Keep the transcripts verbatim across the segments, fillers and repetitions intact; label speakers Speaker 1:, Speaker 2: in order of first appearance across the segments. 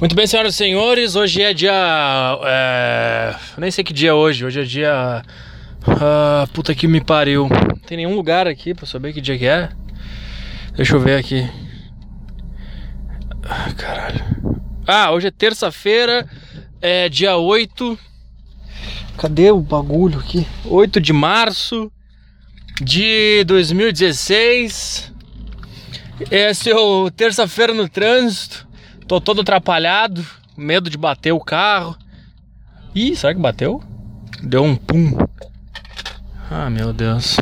Speaker 1: Muito bem, senhoras e senhores, hoje é dia... É, nem sei que dia é hoje, hoje é dia... Ah, puta que me pariu. Não tem nenhum lugar aqui pra saber que dia que é. Deixa eu ver aqui. Ah, caralho. Ah, hoje é terça-feira, é dia oito. Cadê o bagulho aqui? oito de março de dois mil e dezesseis. Esse é o terça-feira no trânsito. Tô todo atrapalhado, medo de bater o carro. Ih, será que bateu? Deu um pum. Ah, meu Deus.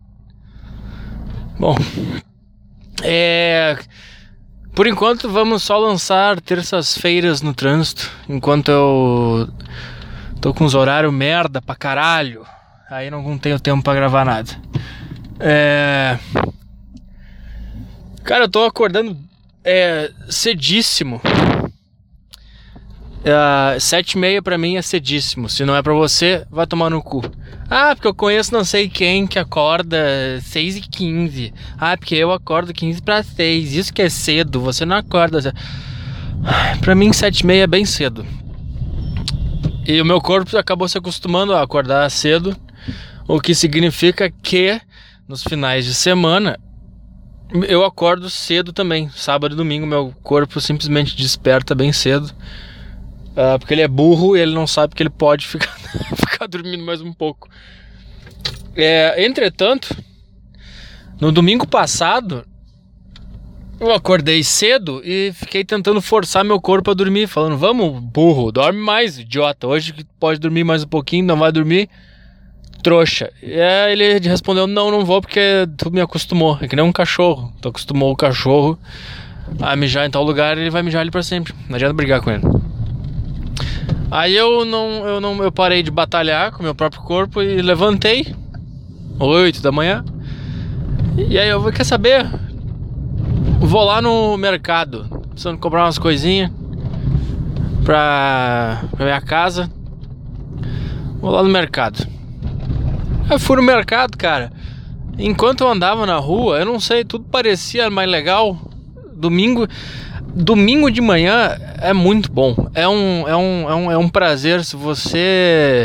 Speaker 1: Bom, é... por enquanto vamos só lançar terças-feiras no trânsito. Enquanto eu tô com os horários merda pra caralho. Aí não tenho tempo pra gravar nada. É... Cara, eu tô acordando é, cedíssimo. Uh, Sete e meia pra mim é cedíssimo. Se não é pra você, vai tomar no cu. Ah, porque eu conheço não sei quem que acorda seis e quinze. Ah, porque eu acordo quinze para seis. Isso que é cedo, você não acorda. Pra mim sete e meia é bem cedo. E o meu corpo acabou se acostumando a acordar cedo. O que significa que nos finais de semana eu acordo cedo também. Sábado e domingo meu corpo simplesmente desperta bem cedo. Uh, porque ele é burro e ele não sabe que ele pode ficar, ficar dormindo mais um pouco. É, entretanto, no domingo passado, eu acordei cedo e fiquei tentando forçar meu corpo a dormir, falando, vamos, burro, dorme mais, idiota. Hoje pode dormir mais um pouquinho, não vai dormir, trouxa. E aí ele respondeu, não, não vou porque tu me acostumou. É que nem um cachorro, tu acostumou o cachorro a mijar em tal lugar, ele vai mijar ali pra sempre. Não adianta brigar com ele. Aí eu não, eu não, eu parei de batalhar com o meu próprio corpo e levantei oito da manhã. E aí eu vou, quer saber? Vou lá no mercado, precisando comprar umas coisinhas pra, pra minha casa. Vou lá no mercado. Eu fui no mercado, cara. Enquanto eu andava na rua, eu não sei, tudo parecia mais legal. Domingo... Domingo de manhã é muito bom. É um, é um, é um, é um prazer. Se você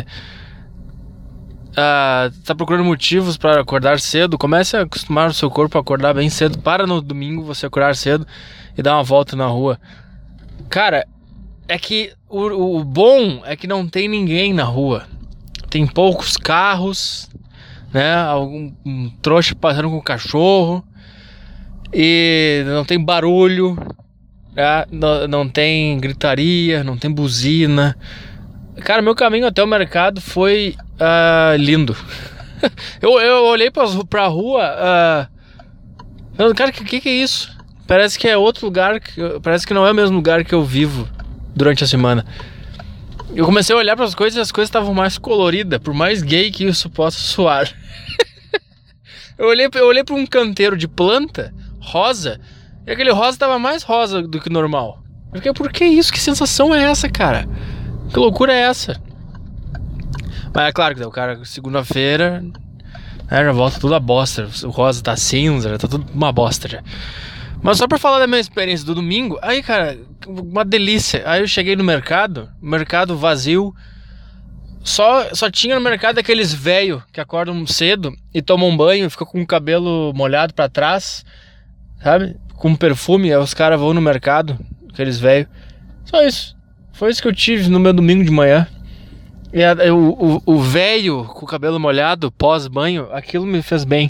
Speaker 1: uh, tá procurando motivos para acordar cedo, comece a acostumar o seu corpo a acordar bem cedo. Para no domingo você acordar cedo e dar uma volta na rua. Cara, é que o, o bom é que não tem ninguém na rua. Tem poucos carros, né? Algum um trouxa passando com o cachorro. E não tem barulho. Ah, não, não tem gritaria, não tem buzina. Cara, meu caminho até o mercado foi uh, lindo. eu, eu olhei pra, pra rua uh, cara, que, que que é isso? Parece que é outro lugar que, parece que não é o mesmo lugar que eu vivo durante a semana. Eu comecei a olhar pras coisas e as coisas estavam mais coloridas. Por mais gay que isso possa soar. eu, olhei, eu olhei pra um canteiro de planta rosa. E aquele rosa tava mais rosa do que normal. Eu fiquei, por que isso? Que sensação é essa, cara? Que loucura é essa? Mas é claro que o cara, segunda-feira, né, já volta tudo a bosta. O rosa tá cinza, já tá tudo uma bosta já. Mas só pra falar da minha experiência do domingo, aí, cara, uma delícia. Aí eu cheguei no mercado, mercado vazio. Só, só tinha no mercado aqueles velhos que acordam cedo e tomam banho, ficam com o cabelo molhado pra trás, sabe? Com perfume, aí os caras vão no mercado, aqueles velhos. Só isso. Foi isso que eu tive no meu domingo de manhã. E a, o, o, o velho com o cabelo molhado, pós-banho, aquilo me fez bem.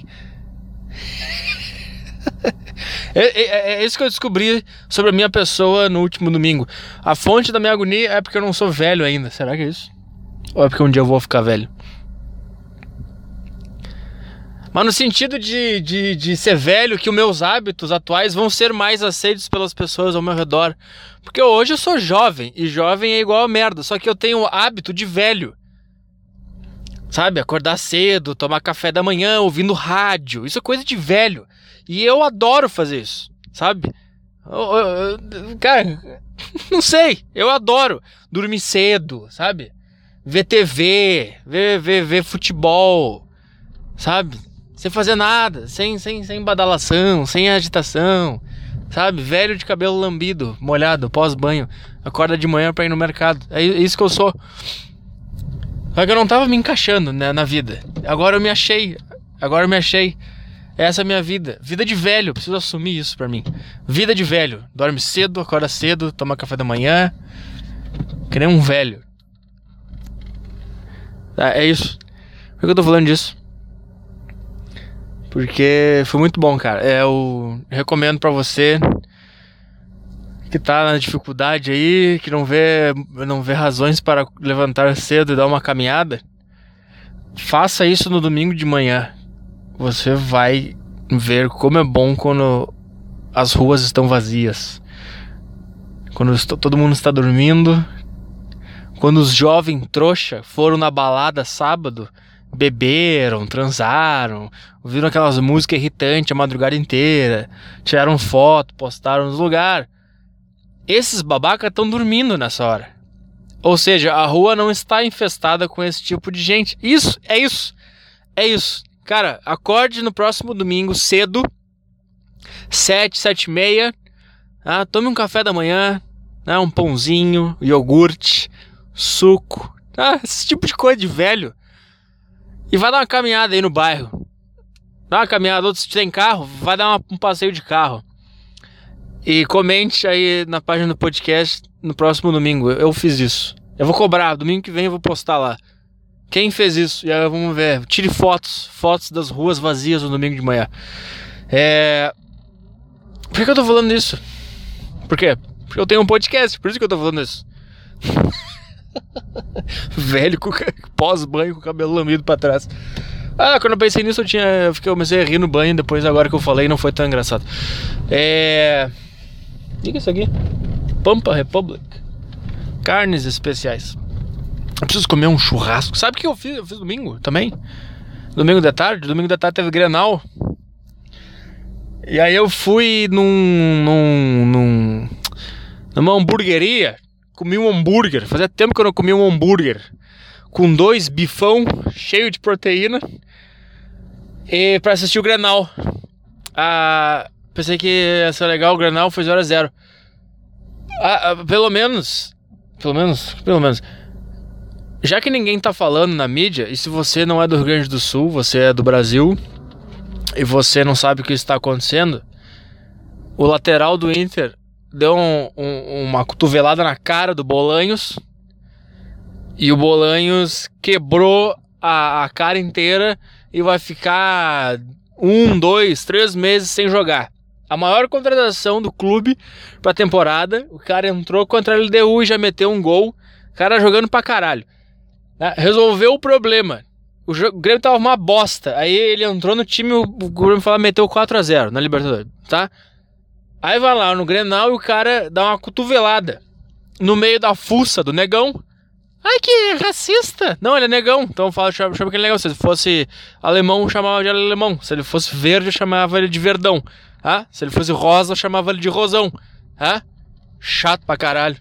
Speaker 1: é, é, é isso que eu descobri sobre a minha pessoa no último domingo. A fonte da minha agonia é porque eu não sou velho ainda. Será que é isso? Ou é porque um dia eu vou ficar velho? Mas no sentido de, de, de ser velho, que os meus hábitos atuais vão ser mais aceitos pelas pessoas ao meu redor. Porque hoje eu sou jovem, e jovem é igual a merda, só que eu tenho o hábito de velho. Sabe, acordar cedo, tomar café da manhã, ouvindo rádio, isso é coisa de velho. E eu adoro fazer isso, sabe? Eu, eu, eu, cara, não sei, eu adoro dormir cedo, sabe? Ver T V, ver, ver, ver futebol, sabe? Sem fazer nada, sem, sem, sem badalação, sem agitação, Sabe? Velho de cabelo lambido, molhado, pós-banho. Acorda de manhã pra ir no mercado. É isso que eu sou. Só que eu não tava me encaixando, né, na vida. Agora eu me achei. Agora eu me achei. Essa é a minha vida. Vida de velho. Preciso assumir isso pra mim. Vida de velho. Dorme cedo, acorda cedo, toma café da manhã. Que nem um velho. Ah, é isso. Por que eu tô falando disso? Porque foi muito bom, cara. É, eu recomendo pra você que tá na dificuldade aí, que não vê, não vê razões para levantar cedo e dar uma caminhada. Faça isso no domingo de manhã. Você vai ver como é bom quando as ruas estão vazias. Quando todo mundo está dormindo. Quando os jovens trouxa foram na balada sábado, beberam, transaram, ouviram aquelas músicas irritantes a madrugada inteira, tiraram foto, postaram nos lugares. Esses babacas estão dormindo nessa hora. Ou seja, a rua não está infestada com esse tipo de gente. Isso, é isso. É isso. Cara, acorde no próximo domingo cedo, sete, sete e meia, ah, tome um café da manhã, ah, um pãozinho, iogurte, suco, ah, esse tipo de coisa de velho. E vai dar uma caminhada aí no bairro. Dá uma caminhada, outros tem carro, vai dar uma, um passeio de carro. E comente aí na página do podcast no próximo domingo. Eu fiz isso. Eu vou cobrar, domingo que vem eu vou postar lá. Quem fez isso? E aí vamos ver. Tire fotos. Fotos das ruas vazias no domingo de manhã. É... Por que eu tô falando isso? Por quê? Porque eu tenho um podcast. Por isso que eu tô falando isso. Velho com pós-banho com o cabelo lambido pra trás. Ah, quando eu pensei nisso eu tinha... Eu comecei a rir no banho. Depois agora que eu falei não foi tão engraçado. É... O que é isso aqui? Pampa Republic. Carnes especiais. Eu preciso comer um churrasco. Sabe o que eu fiz? Eu fiz domingo também. Domingo de tarde. Domingo de tarde teve Grenal. E aí eu fui num... num... num numa hamburgueria. Comi um hambúrguer. Fazia tempo que eu não comia um hambúrguer. Com dois bifão cheio de proteína. E pra assistir o Grenal. Ah, pensei que ia ser legal o Grenal. Foi zero a zero. Ah, pelo menos... Pelo menos... Pelo menos... Já que ninguém tá falando na mídia, e se você não é do Rio Grande do Sul, você é do Brasil, e você não sabe o que está acontecendo, o lateral do Inter deu um, um, uma cotovelada na cara do Bolanhos, e o Bolanhos quebrou a, a cara inteira e vai ficar um, dois, três meses sem jogar. A maior contratação do clube pra temporada, o cara entrou contra a L D U e já meteu um gol, o cara jogando pra caralho. Resolveu o problema. O, o Grêmio tava uma bosta. Aí ele entrou no time, o, o Grêmio falou, meteu quatro a zero na Libertadores, tá? Aí vai lá no Grenal e o cara dá uma cotovelada no meio da fuça do negão. Ai, que racista. Não, ele é negão, então fala, chama, chama que ele é negão. Se ele fosse alemão, eu chamava de alemão. Se ele fosse verde, eu chamava ele de verdão, tá? Se ele fosse rosa, eu chamava ele de rosão, tá? Chato pra caralho.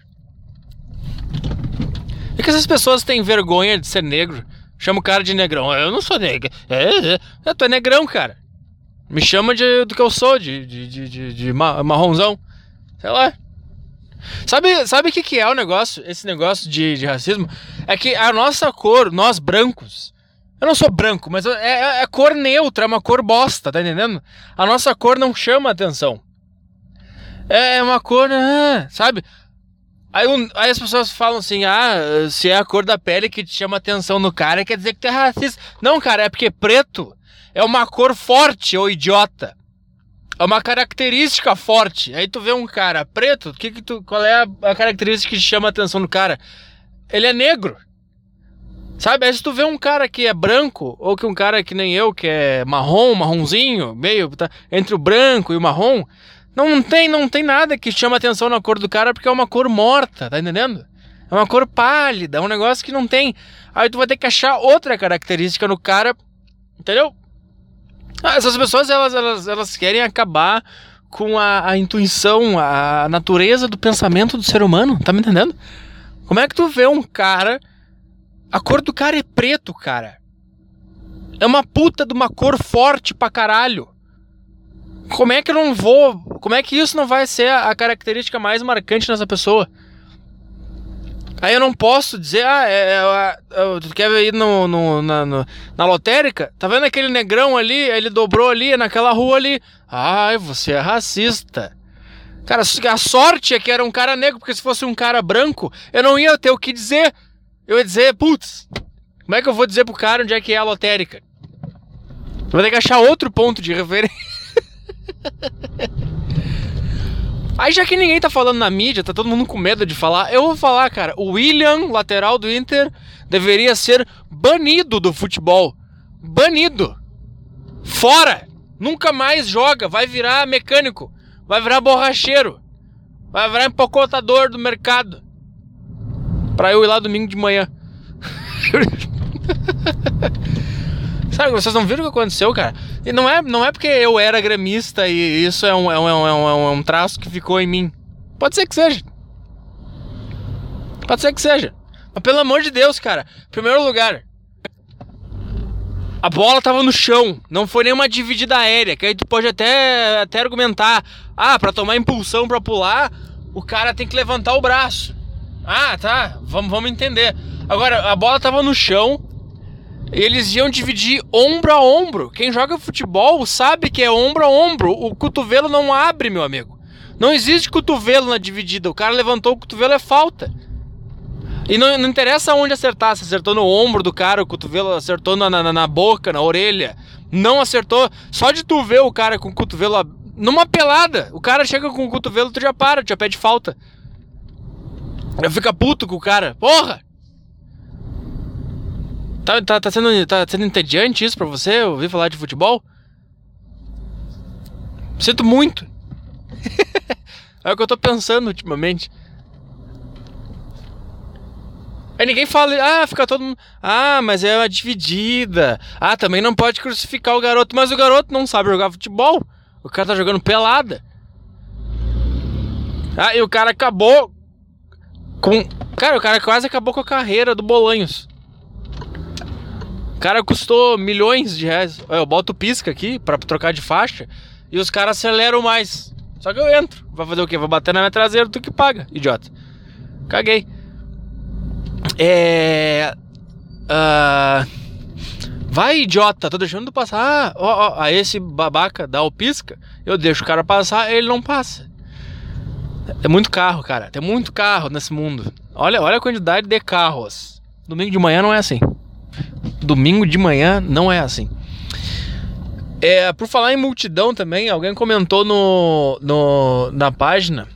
Speaker 1: É que essas pessoas têm vergonha de ser negro. Chama o cara de negrão. Eu não sou negro. É, é. Tu é negrão, cara. Me chama de, do que eu sou, de, de, de, de, de marronzão. Sei lá. Sabe, sabe o que, que é o negócio? Esse negócio de, de racismo? É que a nossa cor, nós brancos... Eu não sou branco, mas é, é, é cor neutra, é uma cor bosta, tá entendendo? A nossa cor não chama atenção. É uma cor... Ah, sabe? Aí, um, aí as pessoas falam assim, ah, se é a cor da pele que te chama atenção no cara, quer dizer que tu é racista. Não, cara, é porque preto é uma cor forte, ô idiota. É uma característica forte. Aí tu vê um cara preto, que que tu, qual é a, a característica que te chama atenção no cara? Ele é negro. Sabe, aí se tu vê um cara que é branco, ou que um cara que nem eu, que é marrom, marronzinho, meio, tá, entre o branco e o marrom... Não, não, tem, não tem nada que chama atenção na cor do cara, porque é uma cor morta, tá entendendo? É uma cor pálida, é um negócio que não tem. Aí tu vai ter que achar outra característica no cara, entendeu? Ah, essas pessoas, elas, elas, elas querem acabar com a, a intuição, a natureza do pensamento do ser humano, tá me entendendo? Como é que tu vê um cara... A cor do cara é preto, cara. É uma puta de uma cor forte pra caralho. Como é que eu não vou... Como é que isso não vai ser a característica mais marcante nessa pessoa? Aí eu não posso dizer, ah, é, é, é, tu quer ir no, no, na, no, na lotérica? Tá vendo aquele negrão ali? Ele dobrou ali, naquela rua ali. Ai, você é racista. Cara, a sorte é que era um cara negro, porque se fosse um cara branco, eu não ia ter o que dizer. Eu ia dizer, putz, como é que eu vou dizer pro cara onde é que é a lotérica? Eu vou ter que achar outro ponto de referência. Aí já que ninguém tá falando na mídia, tá todo mundo com medo de falar, eu vou falar, cara, o William, lateral do Inter, deveria ser banido do futebol. Banido. Fora. Nunca mais joga, vai virar mecânico, vai virar borracheiro, vai virar empacotador do mercado. Pra eu ir lá domingo de manhã. Sabe, vocês não viram o que aconteceu, cara? E não é, não é porque eu era gremista e isso é um, é, um, é, um, é, um, é um traço que ficou em mim. Pode ser que seja. Pode ser que seja. Mas pelo amor de Deus, cara. Em primeiro lugar, a bola tava no chão. Não foi nenhuma dividida aérea. Que aí tu pode até, até argumentar. Ah, pra tomar impulsão pra pular, o cara tem que levantar o braço. Ah, tá. Vamos, vamos entender. Agora, a bola tava no chão. Eles iam dividir ombro a ombro. Quem joga futebol sabe que é ombro a ombro. O cotovelo não abre, meu amigo. Não existe cotovelo na dividida. O cara levantou o cotovelo, é falta. E não, não interessa onde acertar. Se acertou no ombro do cara, o cotovelo acertou na, na, na boca, na orelha. Não acertou. Só de tu ver o cara com o cotovelo... Numa pelada, o cara chega com o cotovelo, tu já para, tu já pede falta. Eu fico puto com o cara. Porra! Tá, tá, tá, sendo, tá sendo entediante isso pra você, ouvir falar de futebol? Sinto muito. É o que eu tô pensando ultimamente. Aí ninguém fala, ah, fica todo mundo... Ah, mas é uma dividida. Ah, também não pode crucificar o garoto. Mas o garoto não sabe jogar futebol. O cara tá jogando pelada. Ah, e o cara acabou com... Cara, o cara quase acabou com a carreira do Bolanhos. O cara custou milhões de reais. Eu boto pisca aqui pra trocar de faixa e os caras aceleram mais. Só que eu entro. Vai fazer o quê? Vou bater na minha traseira, tu que paga, idiota. Caguei. É... Uh... Vai, idiota, tô deixando tu passar. Ah, ó, ó, a esse babaca dá o pisca, eu deixo o cara passar, ele não passa. Tem muito carro, cara. Tem muito carro nesse mundo. Olha, olha a quantidade de carros. Domingo de manhã não é assim. Domingo de manhã não é assim. É, por falar em multidão também, alguém comentou no, no, na página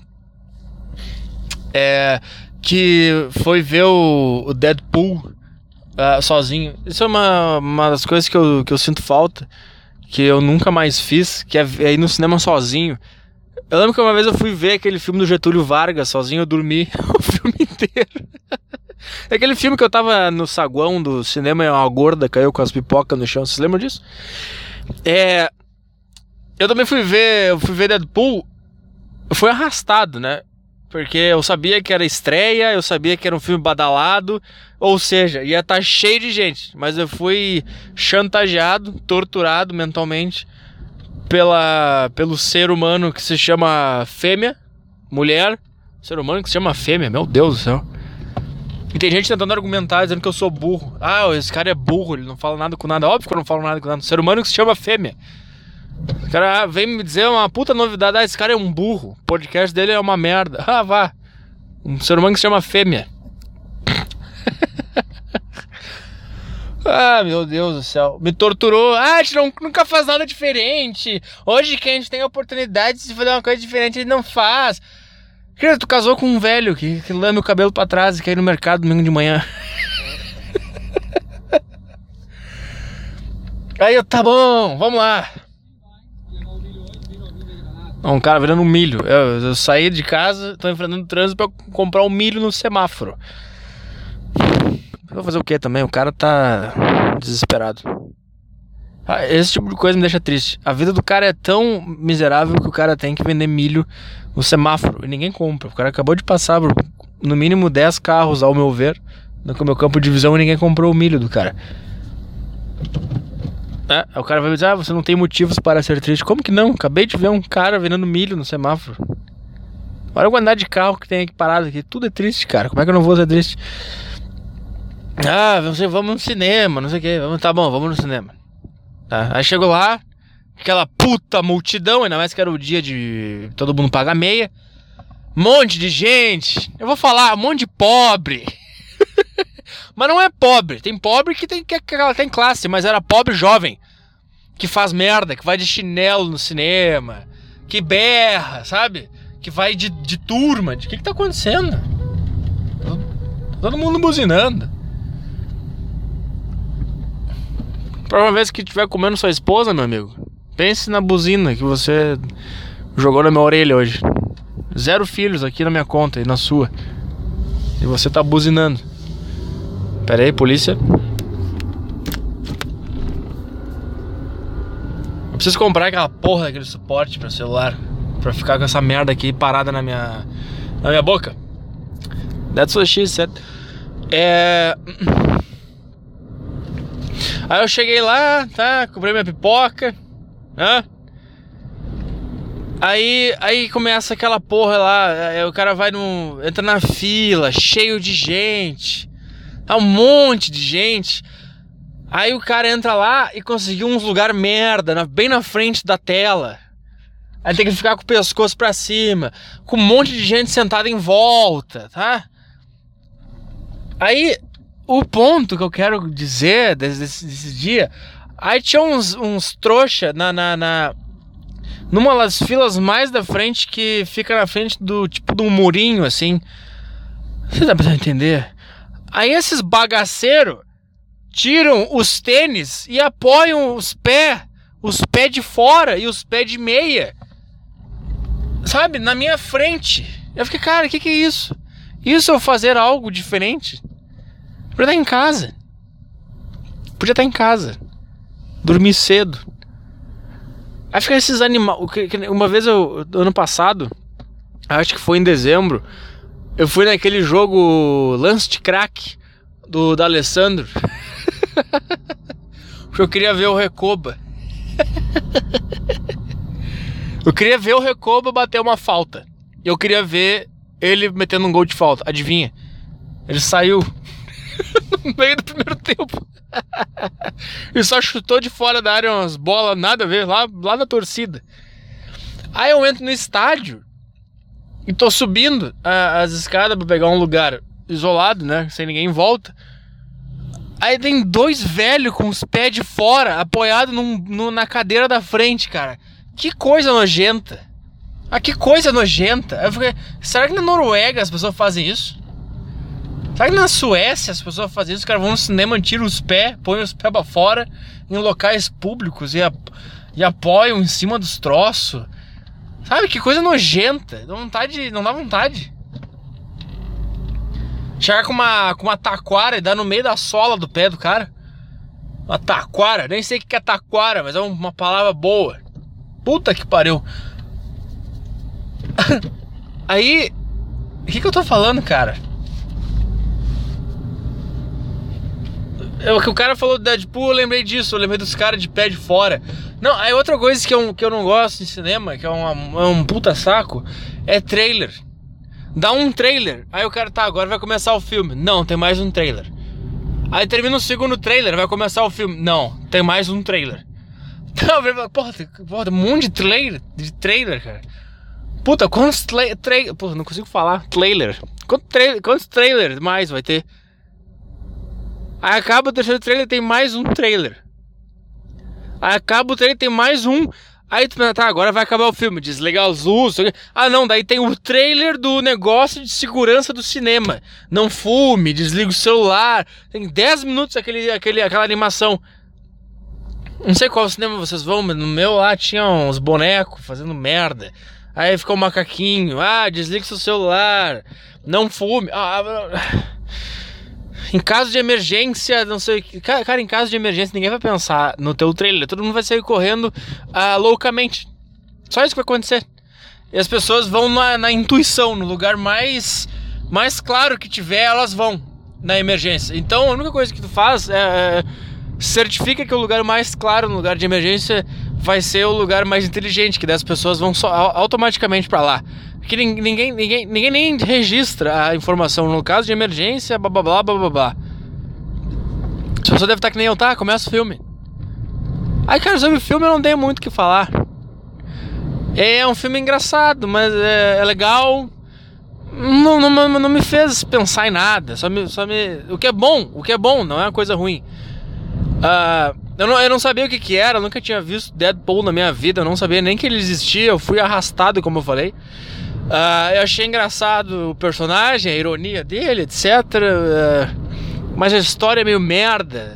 Speaker 1: é, que foi ver o, o Deadpool uh, sozinho. Isso é uma, uma das coisas que eu, que eu sinto falta, que eu nunca mais fiz, que é, é ir no cinema sozinho. Eu lembro que uma vez eu fui ver aquele filme do Getúlio Vargas sozinho, eu dormi o filme inteiro. Aquele filme que eu tava no saguão do cinema e uma gorda caiu com as pipocas no chão, vocês lembram disso? É... Eu também fui ver, eu fui ver Deadpool, eu fui arrastado, né? Porque eu sabia que era estreia, eu sabia que era um filme badalado, ou seja, ia estar cheio de gente. Mas eu fui chantageado, torturado mentalmente pela, pelo ser humano que se chama fêmea, mulher, ser humano que se chama fêmea, meu Deus do céu. E tem gente tentando argumentar, dizendo que eu sou burro. Ah, esse cara é burro, ele não fala nada com nada. Óbvio que eu não falo nada com nada. Ser humano que se chama fêmea. O cara vem me dizer uma puta novidade. Ah, esse cara é um burro. O podcast dele é uma merda. Ah, vá. Um ser humano que se chama fêmea. Ah, meu Deus do céu. Me torturou. Ah, a gente não, nunca faz nada diferente. Hoje que a gente tem a oportunidade de fazer uma coisa diferente, ele não faz. Querido, tu casou com um velho que, que lame o cabelo pra trás e quer ir no mercado domingo de manhã. Aí eu, tá bom, vamos lá. Um cara virando um milho. Eu, eu saí de casa, tô enfrentando o trânsito pra comprar um milho no semáforo. Vou fazer o que também? O cara tá desesperado. Ah, esse tipo de coisa me deixa triste. A vida do cara é tão miserável que o cara tem que vender milho no semáforo e ninguém compra. O cara acabou de passar por no mínimo dez carros, ao meu ver, no meu campo de visão, e ninguém comprou o milho do cara. É, o cara vai dizer, ah, você não tem motivos para ser triste. Como que não? Acabei de ver um cara vendendo milho no semáforo. Olha a quantidade de carro que tem aqui parado aqui. Tudo é triste, cara. Como é que eu não vou ser triste? Ah, você, vamos no cinema, não sei o que. Vamos, tá bom, vamos no cinema. Tá. Aí chegou lá, aquela puta multidão, ainda mais que era o dia de todo mundo pagar meia. Monte de gente. Eu vou falar, um monte de pobre. Mas não é pobre. Tem pobre que tem, que, que tem classe, mas era pobre jovem. Que faz merda, que vai de chinelo no cinema, que berra, sabe? Que vai de, de turma. De que que tá acontecendo? Todo mundo buzinando. Próxima vez que estiver comendo sua esposa, meu amigo, pense na buzina que você jogou na minha orelha hoje. Zero filhos aqui na minha conta e na sua. E você tá buzinando. Pera aí, polícia. Eu preciso comprar aquela porra daquele suporte pra celular, pra ficar com essa merda aqui parada na minha, na minha boca. That's what she said. É... Aí eu cheguei lá, tá? Comprei minha pipoca, né? Aí, aí começa aquela porra lá. Aí o cara vai no... entra na fila, cheio de gente. Tá um monte de gente. Aí o cara entra lá e conseguiu uns lugar merda, na, bem na frente da tela. Aí tem que ficar com o pescoço pra cima, com um monte de gente sentada em volta, tá? Aí, o ponto que eu quero dizer desse, desse dia... Aí tinha uns, uns trouxa na, na, na... numa das filas mais da frente, que fica na frente do tipo de um murinho, assim. Você dá pra entender? Aí esses bagaceiros tiram os tênis e apoiam os pés, os pés de fora e os pés de meia, sabe, na minha frente. Eu fiquei, cara, o que que é isso? Isso é fazer algo diferente? Podia estar em casa. Podia estar em casa. Dormir cedo. Aí fica esses animais. Uma vez eu, ano passado, acho que foi em dezembro, eu fui naquele jogo Lance de Crack do, do Alessandro. Porque eu queria ver o Recoba. Eu queria ver o Recoba bater uma falta. Eu queria ver ele metendo um gol de falta. Adivinha? Ele saiu no meio do primeiro tempo. Ele só chutou de fora da área umas bolas, nada a ver, lá, lá na torcida. Aí eu entro no estádio e tô subindo a, as escadas pra pegar um lugar isolado, né? Sem ninguém em volta. Aí tem dois velhos com os pés de fora, apoiados num, num, na cadeira da frente, cara. Que coisa nojenta. Ah, que coisa nojenta. Eu fiquei, será que na Noruega as pessoas fazem isso? Será que na Suécia as pessoas fazem isso? Os caras vão no cinema, tiram os pés, põem os pés pra fora em locais públicos e, a, e apoiam em cima dos troços. Sabe, que coisa nojenta. Dá vontade, não dá vontade. Chegar com uma, com uma taquara e dar no meio da sola do pé do cara. Uma taquara, nem sei o que é taquara, mas é uma palavra boa. Puta que pariu. Aí, o que que eu tô falando, cara? Eu, que o cara falou do Deadpool, eu lembrei disso, eu lembrei dos caras de pé de fora. Não, aí outra coisa que eu, que eu não gosto de cinema, que é, uma, é um puta saco, é trailer. Dá um trailer, aí o cara, tá, agora vai começar o filme. Não, tem mais um trailer. Aí termina o segundo trailer, vai começar o filme. Não, tem mais um trailer. Porra, tem, porra, tem um monte de trailer, de trailer, cara. Puta, quantos trailers... Tra Porra, não consigo falar. Trailer. Quantos, tra quantos trailers mais vai ter? Aí acaba o terceiro trailer, tem mais um trailer. Aí acaba o trailer, tem mais um. Aí tu pensa, tá, agora vai acabar o filme. Desligar as luzes. Ah, não, daí tem o trailer do negócio de segurança do cinema. Não fume, desliga o celular. Tem dez minutos aquele, aquele, aquela animação. Não sei qual cinema vocês vão, mas no meu lá tinha uns bonecos fazendo merda. Aí ficou um macaquinho. Ah, desliga seu celular. Não fume. Ah, em caso de emergência, não sei. Cara, em caso de emergência, ninguém vai pensar no teu trailer. Todo mundo vai sair correndo ah, loucamente. Só isso que vai acontecer. E as pessoas vão na, na intuição, no lugar mais, mais claro que tiver, elas vão na emergência. Então a única coisa que tu faz é, é certifica que o lugar mais claro no lugar de emergência vai ser o lugar mais inteligente, que daí as pessoas vão só, automaticamente pra lá. Porque ninguém, ninguém, ninguém nem registra a informação no caso de emergência, blá blá blá blá blá blá. A pessoa deve estar que nem eu, tá? Começa o filme. Aí, cara, sobre o filme eu não tenho muito o que falar. É um filme engraçado, mas é, é legal. Não, não, não me fez pensar em nada. Só me, só me... O que é bom, o que é bom, não é uma coisa ruim. Uh, eu, não, eu não sabia o que que era, eu nunca tinha visto Deadpool na minha vida. Eu não sabia nem que ele existia, eu fui arrastado, como eu falei. Uh, eu achei engraçado o personagem, a ironia dele, etcétera. Uh, mas a história é meio merda.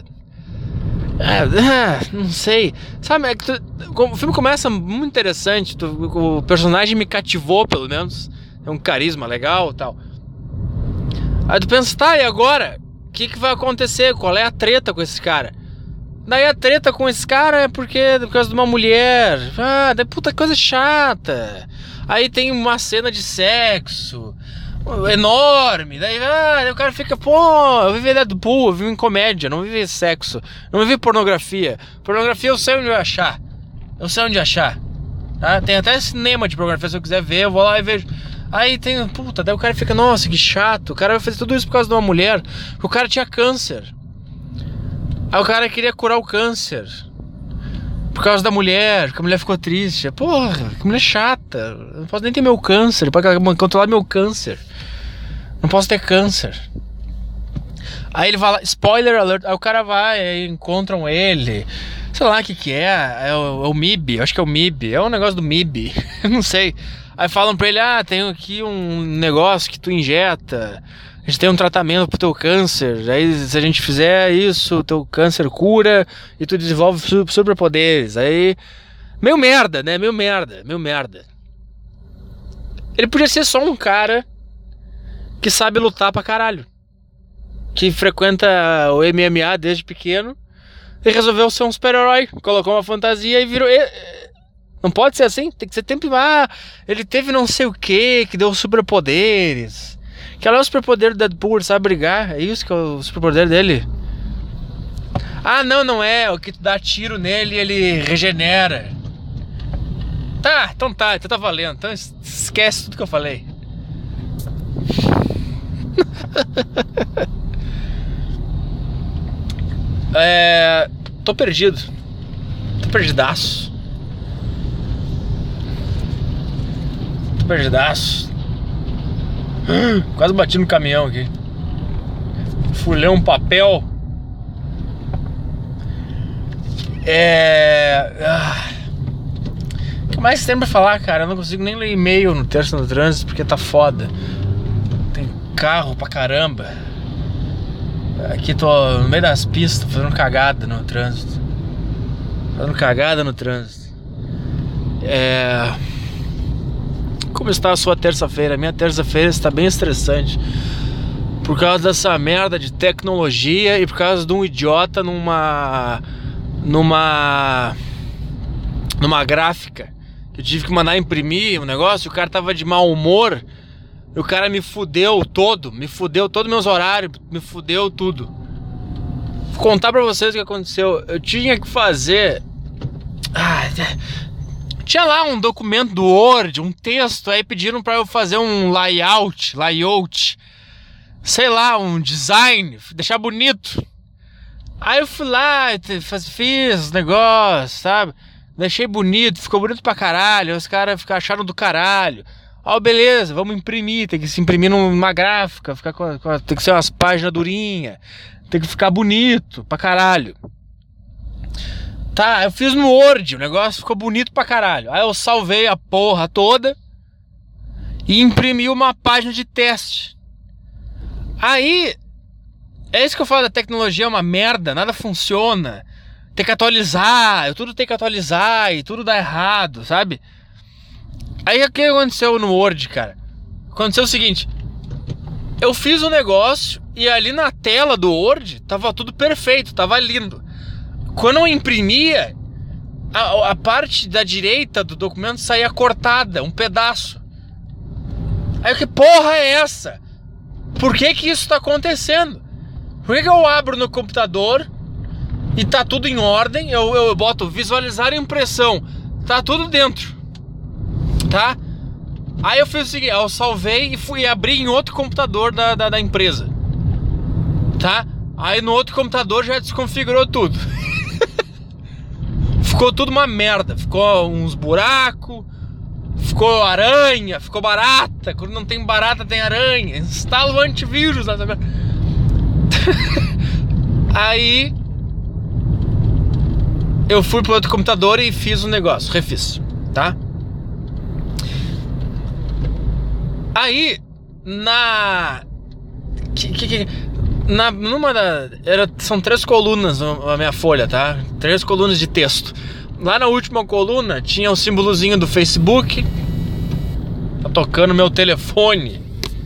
Speaker 1: Uh, não sei. Sabe, é que tu, o filme começa muito interessante. Tu, o personagem me cativou, pelo menos. É um carisma legal e tal. Aí tu pensa, tá, e agora? O que que vai acontecer? Qual é a treta com esse cara? Daí a treta com esse cara é porque é por causa de uma mulher. Ah, daí puta coisa chata. Aí tem uma cena de sexo enorme. Daí, ah, daí o cara fica, pô, eu vivi Deadpool, eu vivi em comédia, não vivi sexo, não vivi pornografia. Pornografia eu sei onde achar. Eu sei onde achar. Tá? Tem até cinema de pornografia, se eu quiser ver, eu vou lá e vejo. Aí tem, puta, daí o cara fica, nossa, que chato. O cara vai fazer tudo isso por causa de uma mulher. O cara tinha câncer. Aí o cara queria curar o câncer por causa da mulher, que a mulher ficou triste. Porra, que mulher chata. Eu não posso nem ter meu câncer, pode controlar meu câncer. Não posso ter câncer. Aí ele vai lá, spoiler alert. Aí o cara vai, aí encontram ele. Sei lá o que que é. É o, é o M I B, eu acho que é o M I B. É um negócio do M I B. Eu não sei. Aí falam pra ele, ah, tem aqui um negócio que tu injeta. A gente tem um tratamento pro teu câncer. Aí se a gente fizer isso, teu câncer cura e tu desenvolve superpoderes. Aí, meio merda, né? Meio merda, meio merda. Ele podia ser só um cara que sabe lutar pra caralho, que frequenta o M M A desde pequeno e resolveu ser um super-herói. Colocou uma fantasia e virou... Não pode ser assim, tem que ser sempre... Ah, ele teve não sei o que, que deu superpoderes. Que ela é o superpoder do Deadpool, ele sabe brigar. É isso que é o superpoder dele. Ah, não, não é. O que tu dá tiro nele e ele regenera. Tá, então tá, então tá valendo. Então esquece tudo que eu falei. É... Tô perdido. Tô perdidaço. Tô perdidaço. Quase bati no caminhão aqui. Fui ler um papel. É... O que mais tem pra falar, cara? Eu não consigo nem ler e-mail no Terça no Trânsito porque tá foda. Tem carro pra caramba. Aqui tô no meio das pistas, fazendo cagada no trânsito. Fazendo cagada no trânsito. É... Como está a sua terça-feira? Minha terça-feira está bem estressante por causa dessa merda de tecnologia e por causa de um idiota numa numa numa gráfica que eu tive que mandar imprimir um negócio. O cara tava de mau humor e o cara me fudeu todo, me fudeu todos meus horários, me fudeu tudo. Vou contar pra vocês o que aconteceu. Eu tinha que fazer... Ah, tinha lá um documento do Word, um texto, aí pediram pra eu fazer um layout, layout, sei lá, um design, deixar bonito. Aí eu fui lá, fiz os negócios, sabe? Deixei bonito, ficou bonito pra caralho, os caras acharam do caralho. Ó, oh, beleza, vamos imprimir, tem que se imprimir numa gráfica, ficar com, com, tem que ser umas páginas durinhas, tem que ficar bonito pra caralho. Tá, eu fiz no Word, o negócio ficou bonito pra caralho. Aí eu salvei a porra toda e imprimi uma página de teste. Aí, é isso que eu falo, da tecnologia é uma merda, nada funciona. Tem que atualizar, tudo tem que atualizar e tudo dá errado, sabe? Aí o que aconteceu no Word, cara? Aconteceu o seguinte: eu fiz o negócio e ali na tela do Word tava tudo perfeito, tava lindo. Quando eu imprimia, a, a parte da direita do documento saía cortada, um pedaço. Aí eu que porra é essa? Por que que isso tá acontecendo? Por que que eu abro no computador e tá tudo em ordem. Eu, eu boto visualizar impressão, tá tudo dentro, tá? Aí eu fiz o seguinte, eu salvei e fui abrir em outro computador da, da, da empresa, tá? Aí no outro computador já desconfigurou tudo. Ficou tudo uma merda, ficou uns buracos, ficou aranha, ficou barata. Quando não tem barata tem aranha. Instala o antivírus lá também. Aí eu fui pro outro computador e fiz o um negócio, refiz, tá? Aí na que, que, que... Na, numa da, era, são três colunas a minha folha, tá? Três colunas de texto. Lá na última coluna tinha o símbolozinho do Facebook. Tá tocando meu telefone.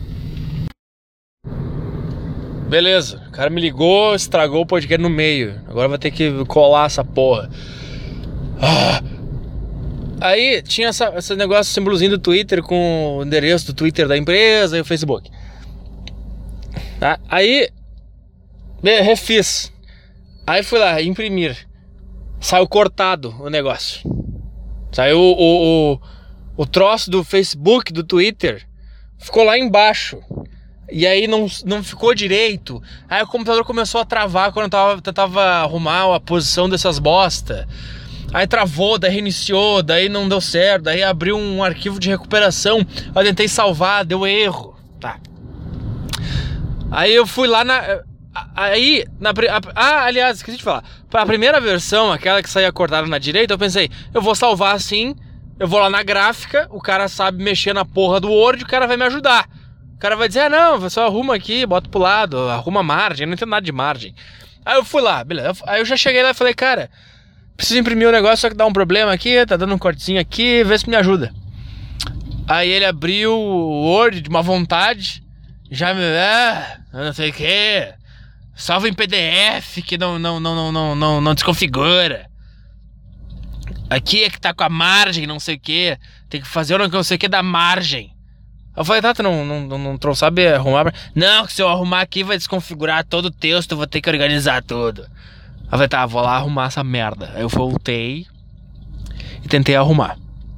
Speaker 1: Beleza, o cara me ligou, estragou o podcast no meio. Agora vai ter que colar essa porra. Ah. Aí tinha essa, esse negócio, símbolozinho do Twitter com o endereço do Twitter da empresa e o Facebook, tá? Aí refiz. Aí fui lá, imprimir. Saiu cortado o negócio. Saiu o, o, o, o troço do Facebook, do Twitter. Ficou lá embaixo. E aí não, não ficou direito. Aí o computador começou a travar quando eu tava, tentava arrumar a posição dessas bosta. Aí travou, daí reiniciou, daí não deu certo. Daí abriu um arquivo de recuperação. Eu tentei salvar, deu erro. Tá. Aí eu fui lá na... Aí, na, ah, aliás, esqueci de falar. A primeira versão, aquela que saía cortada na direita, eu pensei, eu vou salvar assim, eu vou lá na gráfica, o cara sabe mexer na porra do Word, o cara vai me ajudar. O cara vai dizer, ah não, você só arruma aqui, bota pro lado, arruma margem, eu não entendo nada de margem. Aí eu fui lá, beleza. Aí eu já cheguei lá e falei, cara, preciso imprimir um negócio, só que dá um problema aqui, tá dando um cortezinho aqui, vê se me ajuda. Aí ele abriu o Word de uma vontade, já me, ah, eu não sei o que... Salva em P D F que não, não, não, não, não, não, não desconfigura. Aqui é que tá com a margem, não sei o que. Tem que fazer o não sei o que da margem. Eu falei, tá, tu não, não, não, não, não sabe arrumar? Não, que se eu arrumar aqui vai desconfigurar todo o texto, eu vou ter que organizar tudo. Eu falei, tá, vou lá arrumar essa merda. Aí eu voltei e tentei arrumar.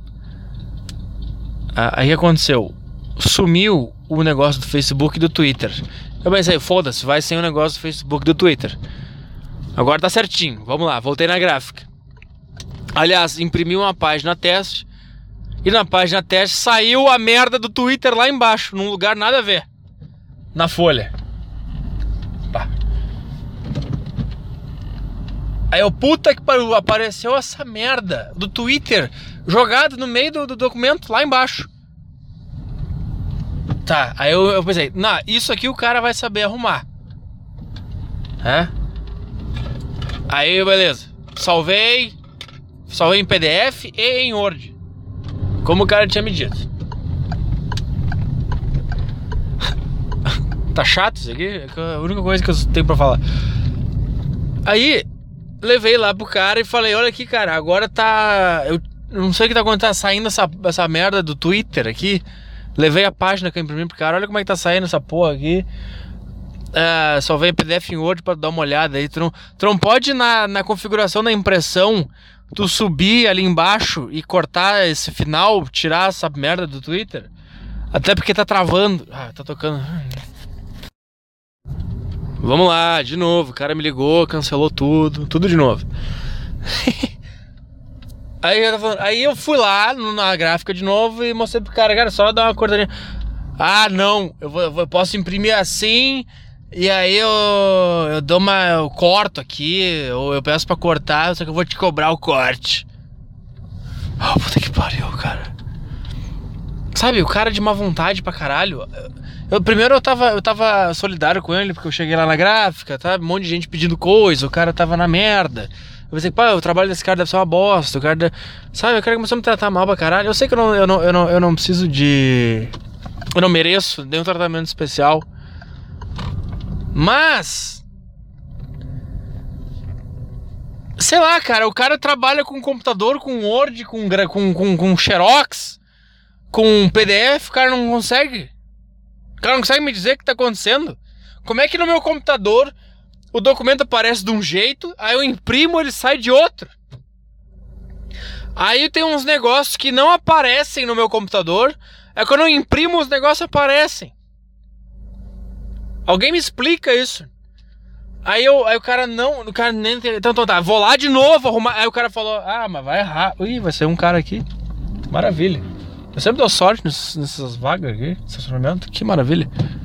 Speaker 1: Aí o que aconteceu? Sumiu o negócio do Facebook e do Twitter. Eu pensei, foda-se, vai sem o negócio do Facebook e do Twitter. Agora tá certinho, vamos lá, voltei na gráfica. Aliás, imprimi uma página teste. E na página teste saiu a merda do Twitter lá embaixo, num lugar nada a ver. Na folha. Pá. Aí eu, puta que pariu, apareceu essa merda do Twitter jogado no meio do, do documento, lá embaixo. Tá, aí eu, eu pensei, não, isso aqui o cara vai saber arrumar. É? Aí, beleza. Salvei. Salvei em P D F e em Word. Como o cara tinha me dito. Tá chato isso aqui? É a única coisa que eu tenho pra falar. Aí, levei lá pro cara e falei, olha aqui, cara, agora tá... Eu não sei o que tá acontecendo, tá saindo essa, essa merda do Twitter aqui. Levei a página que eu imprimi pro cara, olha como é que tá saindo essa porra aqui. É, só vem P D F em Word pra dar uma olhada aí. Tu não, tu não pode na, na configuração da impressão, tu subir ali embaixo e cortar esse final, tirar essa merda do Twitter? Até porque tá travando. Ah, tá tocando. Vamos lá, de novo. O cara me ligou, cancelou tudo, tudo de novo. Aí eu, falando, aí eu fui lá na gráfica de novo e mostrei pro cara, cara, só dar uma cortadinha. Ah, não, eu, vou, eu posso imprimir assim, e aí eu, eu dou uma. Eu corto aqui, ou eu peço pra cortar, só que eu vou te cobrar o corte. Ah, oh, puta que pariu, cara. Sabe, o cara de má vontade pra caralho. Eu, primeiro eu tava, eu tava solidário com ele, porque eu cheguei lá na gráfica, tá? Um monte de gente pedindo coisa, o cara tava na merda. Eu pensei, pá, o trabalho desse cara deve ser uma bosta. O cara deve... Sabe, o cara começou a me tratar mal pra caralho. Eu sei que eu não, eu não, eu não, eu não preciso de... Eu não mereço nenhum tratamento especial. Mas... Sei lá, cara, o cara trabalha com computador, com Word, com, com, com, com Xerox, com P D F, o cara não consegue. O cara não consegue me dizer o que tá acontecendo. Como é que no meu computador o documento aparece de um jeito, aí eu imprimo, ele sai de outro. Aí tem uns negócios que não aparecem no meu computador, é quando eu imprimo os negócios aparecem. Alguém me explica isso. Aí, eu, aí o cara não, o cara nem então, então tá, vou lá de novo arrumar. Aí o cara falou, ah, mas vai errar. Ih, vai ser um cara aqui. Maravilha. Eu sempre dou sorte nessas, nessas vagas aqui, estacionamento. Que maravilha.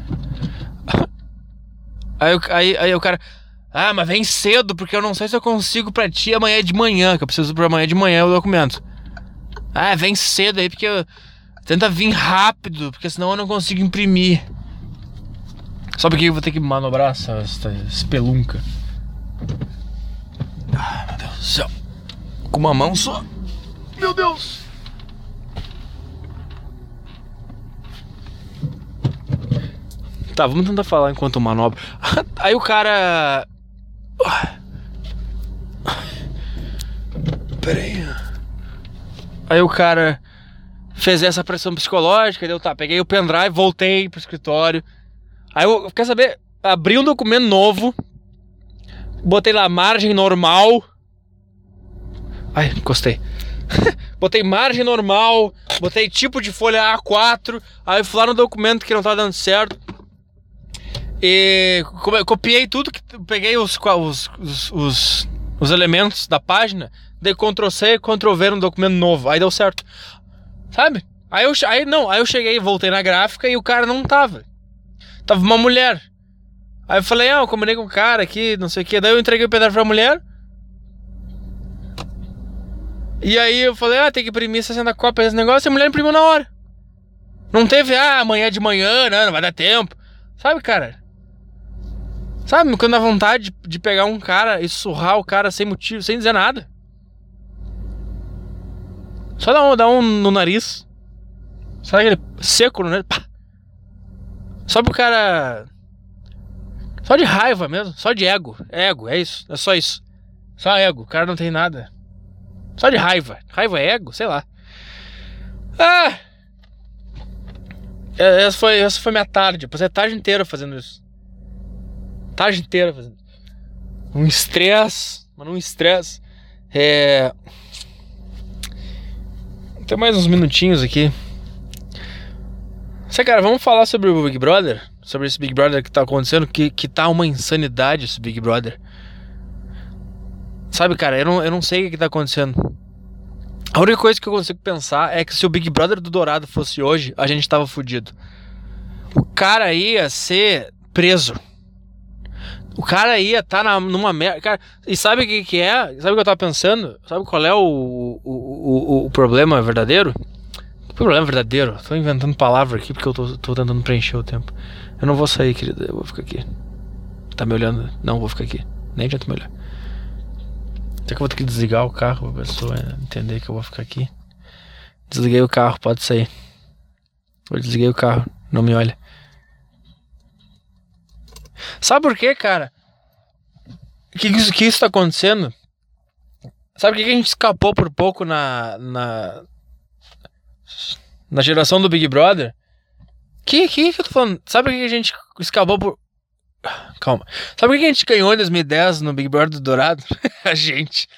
Speaker 1: Aí, aí, aí o cara, ah, mas vem cedo, porque eu não sei se eu consigo pra ti amanhã de manhã, que eu preciso pra amanhã de manhã o documento. Ah, vem cedo aí, porque eu... tenta vir rápido, porque senão eu não consigo imprimir. Só porque eu vou ter que manobrar essa, essa espelunca. Ai, meu Deus do céu. Com uma mão só. Meu Deus. Tá, vamos tentar falar enquanto manobra. Aí o cara... Pera aí. Aí o cara fez essa pressão psicológica, deu, tá, peguei o pendrive, voltei pro escritório. Aí eu, quer saber, abri um documento novo, botei lá margem normal. Ai, encostei. Botei margem normal, botei tipo de folha A quatro, aí fui lá no documento que não tá dando certo. E copiei tudo, que peguei os, os, os, os, os elementos da página, dei control C, control V no documento novo, aí deu certo. Sabe? Aí eu, aí, não, aí eu cheguei, voltei na gráfica e o cara não tava. Tava uma mulher. Aí eu falei, ah, eu combinei com o cara aqui, não sei o que. Daí eu entreguei o pedaço pra mulher. E aí eu falei, ah, tem que imprimir sessenta cópias desse negócio. E a mulher imprimiu na hora. Não teve, ah, amanhã de manhã, não, não vai dar tempo. Sabe, cara? Sabe, quando dá vontade de, de pegar um cara e surrar o cara sem motivo, sem dizer nada. Só dá um, dá um no nariz. Sabe aquele seco no nariz? Pá. Só pro cara... Só de raiva mesmo. Só de ego. Ego, é isso. É só isso. Só ego. O cara não tem nada. Só de raiva. Raiva é ego? Sei lá. Ah! Essa foi, essa foi minha tarde. Passei a tarde inteira fazendo isso. Tarde inteira fazendo isso. Um estresse. Mano, um estresse. É... Tem mais uns minutinhos aqui. Sei, cara, vamos falar sobre o Big Brother? Sobre esse Big Brother que tá acontecendo, que, que tá uma insanidade esse Big Brother. Sabe, cara, eu não, eu não sei o que, que tá acontecendo. A única coisa que eu consigo pensar é que se o Big Brother do Dourado fosse hoje, a gente tava fudido. O cara ia ser preso. O cara ia estar tá numa merda. Cara, e sabe o que, que é? Sabe o que eu tava pensando? Sabe qual é o, o, o, o problema verdadeiro? Problema verdadeiro. Tô inventando palavra aqui porque eu tô, tô tentando preencher o tempo. Eu não vou sair, querida. Eu vou ficar aqui. Tá me olhando? Não, vou ficar aqui. Nem adianta me olhar. Até que eu vou ter que desligar o carro pra pessoa entender que eu vou ficar aqui. Desliguei o carro, pode sair. Eu desliguei o carro, não me olha. Sabe por quê, cara? Que isso, que isso tá acontecendo? Sabe por que a gente escapou por pouco na... na... Na geração do Big Brother? Que, que que eu tô falando? Sabe por que a gente escapou por... Calma. Sabe por que a gente ganhou em dois mil e dez no Big Brother do Dourado? A gente.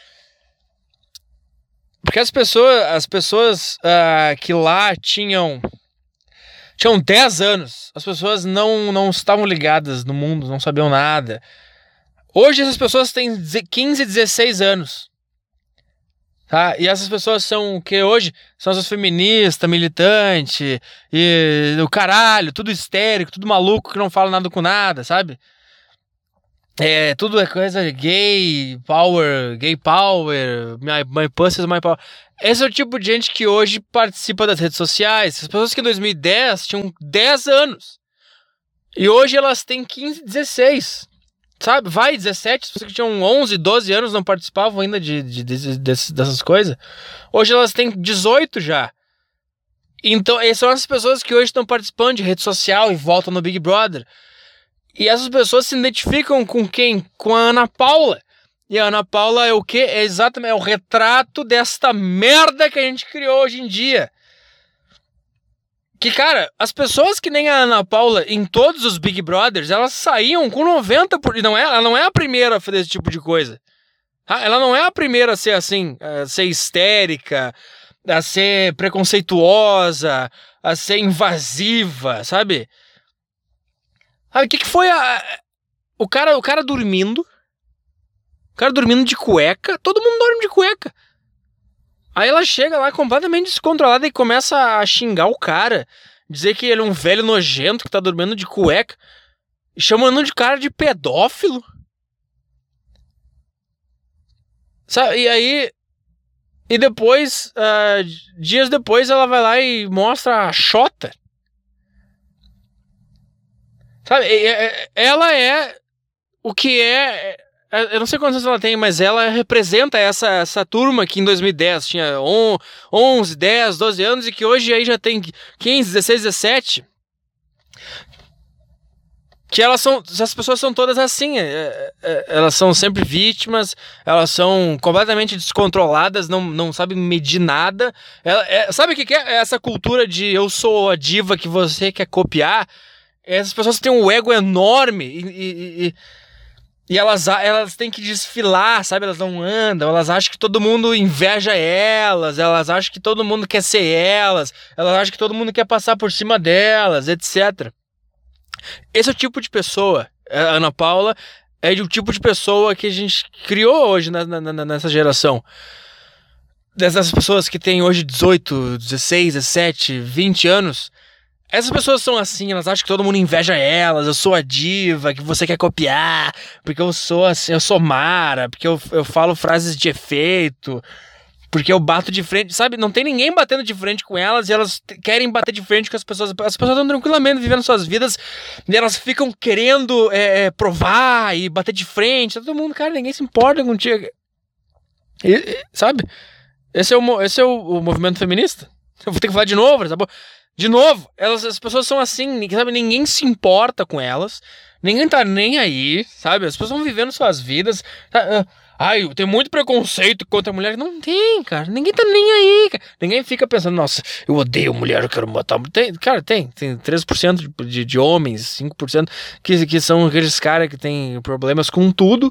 Speaker 1: Porque as pessoas, as pessoas uh, que lá tinham tinham dez anos, as pessoas não, não estavam ligadas no mundo, não sabiam nada. Hoje essas pessoas têm quinze, dezesseis anos. Tá? E essas pessoas são o que hoje? São as feministas, militantes, e o caralho, tudo histérico, tudo maluco que não fala nada com nada, sabe? É, tudo é coisa gay, power, gay power, my, my pussy is my power. Esse é o tipo de gente que hoje participa das redes sociais. As pessoas que em dois mil e dez tinham dez anos. E hoje elas têm quinze, dezesseis. Sabe, vai, dezessete, as pessoas que tinham onze, doze anos não participavam ainda de, de, de, de, dessas coisas. Hoje elas têm dezoito já. Então, essas são as pessoas que hoje estão participando de rede social e voltam no Big Brother. E essas pessoas se identificam com quem? Com a Ana Paula. E a Ana Paula é o quê? É exatamente é o retrato desta merda que a gente criou hoje em dia. Que, cara, as pessoas que nem a Ana Paula em todos os Big Brothers, elas saíam com noventa por cento. Não é, ela não é a primeira a fazer esse tipo de coisa. Ela não é a primeira a ser assim, a ser histérica, a ser preconceituosa, a ser invasiva, sabe? Sabe o que, que foi a... O cara, o cara dormindo, o cara dormindo de cueca, todo mundo dorme de cueca. Aí ela chega lá completamente descontrolada e começa a xingar o cara, dizer que ele é um velho nojento que tá dormindo de cueca, chamando de cara de pedófilo. Sabe? E aí... E depois, uh, dias depois, ela vai lá e mostra a xota. Sabe? Ela é o que é... Eu não sei quantos anos ela tem, mas ela representa essa, essa turma que em dois mil e dez tinha onze, dez, doze anos e que hoje aí já tem quinze, dezesseis, dezessete. Que elas são, as pessoas são todas assim, é, é, elas são sempre vítimas, elas são completamente descontroladas, não, não sabem medir nada. Ela, é, sabe o que, que é essa cultura de eu sou a diva que você quer copiar? Essas pessoas têm um ego enorme e, e, e, e elas, elas têm que desfilar, sabe? Elas não andam, elas acham que todo mundo inveja elas, elas acham que todo mundo quer ser elas, elas acham que todo mundo quer passar por cima delas, etcétera. Esse é o tipo de pessoa, a Ana Paula é o tipo de pessoa que a gente criou hoje na, na, nessa geração. Dessas pessoas que têm hoje dezoito, dezesseis, dezessete, vinte anos. Essas pessoas são assim, elas acham que todo mundo inveja elas, eu sou a diva que você quer copiar, porque eu sou assim, eu sou Mara, porque eu, eu falo frases de efeito, porque eu bato de frente, sabe? Não tem ninguém batendo de frente com elas e elas querem bater de frente com as pessoas. As pessoas estão tranquilamente vivendo suas vidas e elas ficam querendo é, provar e bater de frente. Todo mundo, cara, ninguém se importa contigo. E, e, sabe? Esse é, o, esse é o, o movimento feminista. Eu vou ter que falar de novo, sabe? De novo, elas, as pessoas são assim, sabe? Ninguém se importa com elas, ninguém tá nem aí, sabe? As pessoas vão vivendo suas vidas. Tá, uh, Ai, tem muito preconceito contra a mulher. Não tem, cara. Ninguém tá nem aí, cara. Ninguém fica pensando, nossa, eu odeio mulher, eu quero matar. Tem, cara, tem. Tem três por cento de, de, de homens, cinco por cento que, que são aqueles caras que têm problemas com tudo.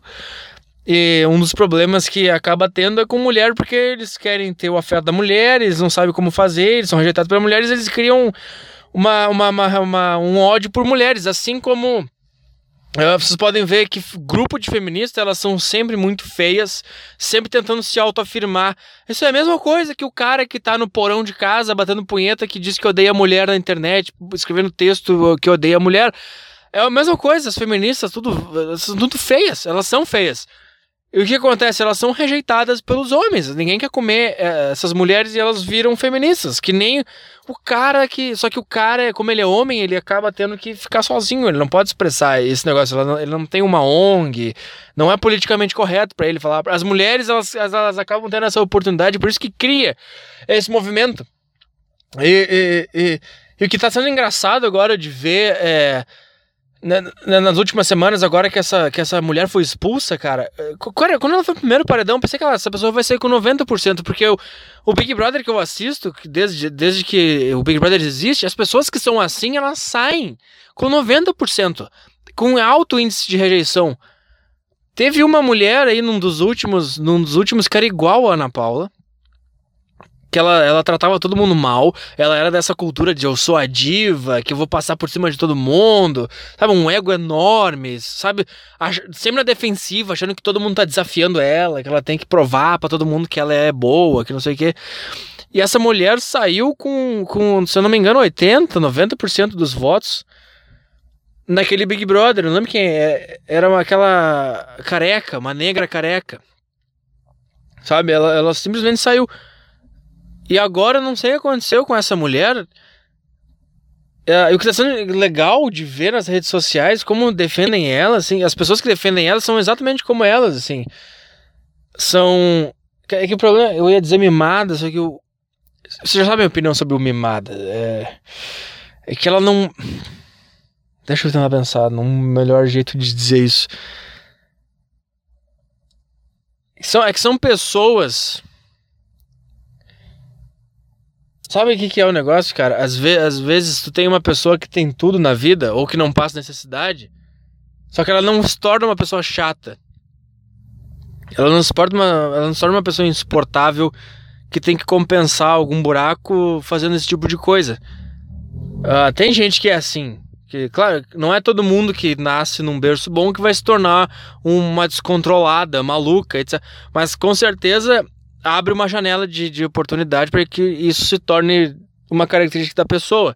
Speaker 1: E um dos problemas que acaba tendo é com mulher, porque eles querem ter o afeto da mulher, eles não sabem como fazer, eles são rejeitados pelas mulheres, eles criam uma, uma, uma, uma, um ódio por mulheres, assim como... Vocês podem ver que grupo de feministas, elas são sempre muito feias, sempre tentando se autoafirmar. Isso é a mesma coisa que o cara que tá no porão de casa, batendo punheta, que diz que odeia a mulher na internet, escrevendo texto que odeia a mulher. É a mesma coisa, as feministas, tudo, são tudo feias, elas são feias. E o que acontece? Elas são rejeitadas pelos homens. Ninguém quer comer é, essas mulheres e elas viram feministas. Que nem o cara que... Só que o cara, como ele é homem, ele acaba tendo que ficar sozinho. Ele não pode expressar esse negócio. Ele não, ele não tem uma O N G. Não é politicamente correto pra ele falar. As mulheres, elas, elas acabam tendo essa oportunidade. Por isso que cria esse movimento. E, e, e, e o que tá sendo engraçado agora de ver... É, nas últimas semanas, agora que essa, que essa mulher foi expulsa, cara, quando ela foi pro primeiro paredão, eu pensei que ela, essa pessoa vai sair com noventa por cento, porque o, o Big Brother que eu assisto, desde, desde que o Big Brother existe, as pessoas que são assim, elas saem com noventa por cento, com alto índice de rejeição. Teve uma mulher aí num dos últimos, num dos últimos que era igual a Ana Paula, que ela, ela tratava todo mundo mal, ela era dessa cultura de eu sou a diva, que eu vou passar por cima de todo mundo, sabe, um ego enorme, sabe, ach, sempre na defensiva, achando que todo mundo tá desafiando ela, que ela tem que provar pra todo mundo que ela é boa, que não sei o que. E essa mulher saiu com, com, se eu não me engano, oitenta, noventa por cento dos votos naquele Big Brother, eu não lembro quem é, era uma, aquela careca, uma negra careca, sabe, ela, ela simplesmente saiu. E agora eu não sei o que aconteceu com essa mulher. É, o que está sendo legal de ver nas redes sociais, como defendem ela, assim, as pessoas que defendem ela são exatamente como elas, assim. São... É que o problema, eu ia dizer mimada, só que eu... Você já sabe a minha opinião sobre o mimada. É, é que ela não... Deixa eu tentar pensar num melhor jeito de dizer isso. São, é que são pessoas... Sabe o que, que é o negócio, cara? Às, ve às vezes tu tem uma pessoa que tem tudo na vida, ou que não passa necessidade, só que ela não se torna uma pessoa chata. Ela não se torna uma, ela não se torna uma pessoa insuportável que tem que compensar algum buraco fazendo esse tipo de coisa. Uh, tem gente que é assim. Que, claro, não é todo mundo que nasce num berço bom que vai se tornar uma descontrolada, maluca, etcétera. Mas com certeza abre uma janela de, de oportunidade para que isso se torne uma característica da pessoa.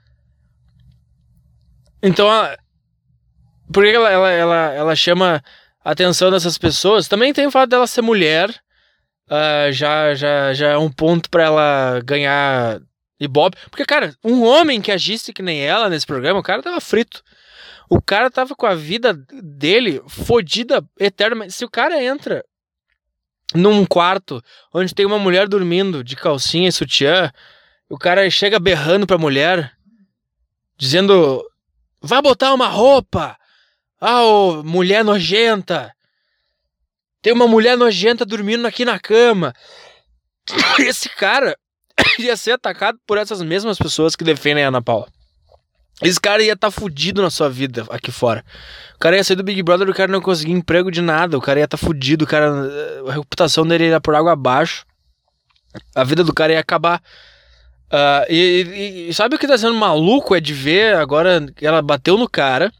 Speaker 1: Então, a, por que ela, ela, ela, ela chama a atenção dessas pessoas? Também tem o fato dela ser mulher, uh, já, já, já é um ponto para ela ganhar ibope. Porque, cara, um homem que agisse que nem ela nesse programa, o cara tava frito. O cara tava com a vida dele fodida eternamente. Se o cara entra num quarto onde tem uma mulher dormindo de calcinha e sutiã, o cara chega berrando pra mulher, dizendo: vai botar uma roupa! Ah, ô, mulher nojenta! Tem uma mulher nojenta dormindo aqui na cama. Esse cara ia ser atacado por essas mesmas pessoas que defendem a Ana Paula. Esse cara ia estar tá fudido na sua vida aqui fora. O cara ia sair do Big Brother, o cara não conseguia emprego de nada. O cara ia estar tá fudido, o cara, a reputação dele ia por água abaixo. A vida do cara ia acabar. Uh, e, e, e sabe o que tá sendo maluco? É de ver agora que ela bateu no cara,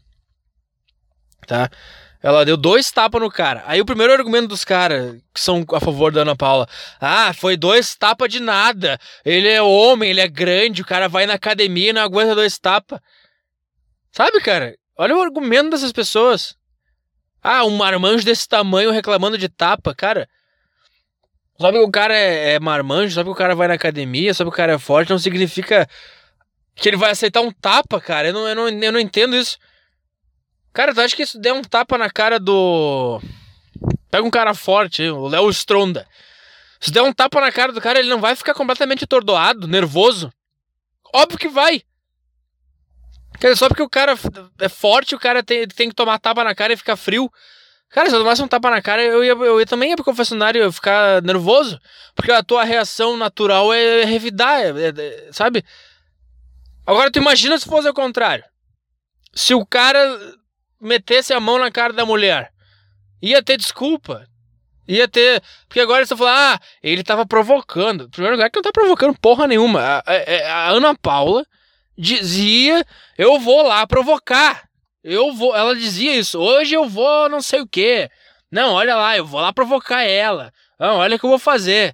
Speaker 1: tá? Ela deu dois tapas no cara. Aí o primeiro argumento dos caras que são a favor da Ana Paula: ah, foi dois tapas de nada. Ele é homem, ele é grande, o cara vai na academia e não aguenta dois tapas. Sabe, cara? Olha o argumento dessas pessoas. Ah, um marmanjo desse tamanho reclamando de tapa. Cara, sabe que o cara é, é marmanjo, sabe que o cara vai na academia, sabe que o cara é forte, não significa que ele vai aceitar um tapa, cara. Eu não, eu não, eu não entendo isso. Cara, tu acha que se der um tapa na cara do... Pega um cara forte, o Léo Stronda. Se der um tapa na cara do cara, ele não vai ficar completamente atordoado, nervoso? Óbvio que vai. Quer dizer, só porque o cara é forte, o cara tem, tem que tomar tapa na cara e ficar frio. Cara, se eu tomasse um tapa na cara, eu ia, eu ia também ir pro confessionário, eu ia ficar nervoso. Porque a tua reação natural é revidar, é, é, sabe? Agora tu imagina se fosse o contrário. Se o cara metesse a mão na cara da mulher, ia ter desculpa. Ia ter... Porque agora eles estão falando: ah, ele tava provocando. Em primeiro lugar, que não tá provocando porra nenhuma. A, a, a Ana Paula dizia: eu vou lá provocar. Eu vou... Ela dizia isso: hoje eu vou não sei o quê. Não, olha lá, eu vou lá provocar ela. Não, olha o que eu vou fazer.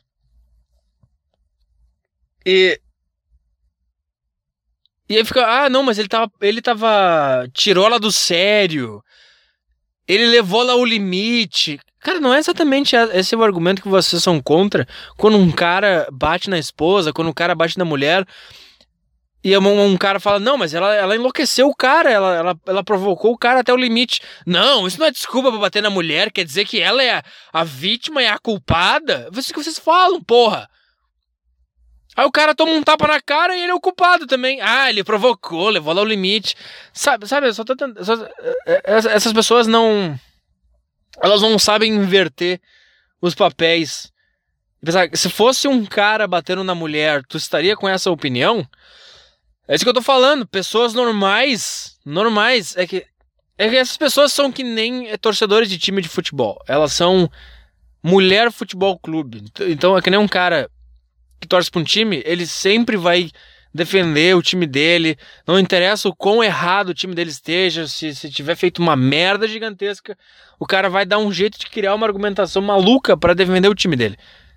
Speaker 1: E... E aí fica: ah, não, mas ele tava, ele tava... Tirou ela do sério. Ele levou ela ao limite. Cara, não é exatamente esse o argumento que vocês são contra. Quando um cara bate na esposa, quando um cara bate na mulher, e um, um cara fala: não, mas ela, ela enlouqueceu o cara, ela, ela, ela provocou o cara até o limite. Não, isso não é desculpa pra bater na mulher, quer dizer que ela é a, a vítima, é a culpada. Isso que vocês falam, porra. Aí o cara toma um tapa na cara e ele é o culpado também. Ah, ele provocou, levou lá ao limite. Sabe, sabe, eu só tô tentando... Só, essas pessoas não... Elas não sabem inverter os papéis. Se fosse um cara batendo na mulher, tu estaria com essa opinião? É isso que eu tô falando. Pessoas normais, normais, é que, é que essas pessoas são que nem torcedores de time de futebol. Elas são mulher futebol clube. Então é que nem um cara que torce pra um time, ele sempre vai defender o time dele, não interessa o quão errado o time dele esteja, se, se tiver feito uma merda gigantesca, o cara vai dar um jeito de criar uma argumentação maluca pra defender o time dele.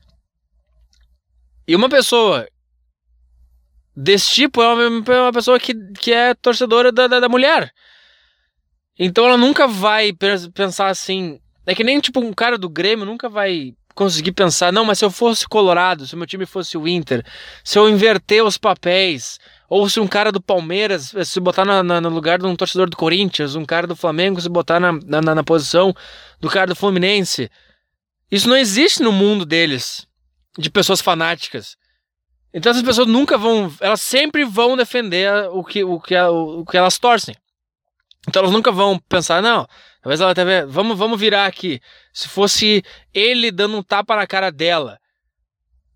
Speaker 1: E uma pessoa desse tipo é uma, é uma pessoa que, que é torcedora da, da, da mulher. Então ela nunca vai pensar assim... É que nem tipo um cara do Grêmio nunca vai conseguir pensar: não, mas se eu fosse Colorado, se o meu time fosse o Inter, se eu inverter os papéis, ou se um cara do Palmeiras se botar na, na, no lugar de um torcedor do Corinthians, um cara do Flamengo se botar na, na, na posição do cara do Fluminense. Isso não existe no mundo deles, de pessoas fanáticas. Então essas pessoas nunca vão, elas sempre vão defender o que, o que, o que elas torcem. Então elas nunca vão pensar: não, talvez ela até... Vamos, vamos virar aqui. Se fosse ele dando um tapa na cara dela,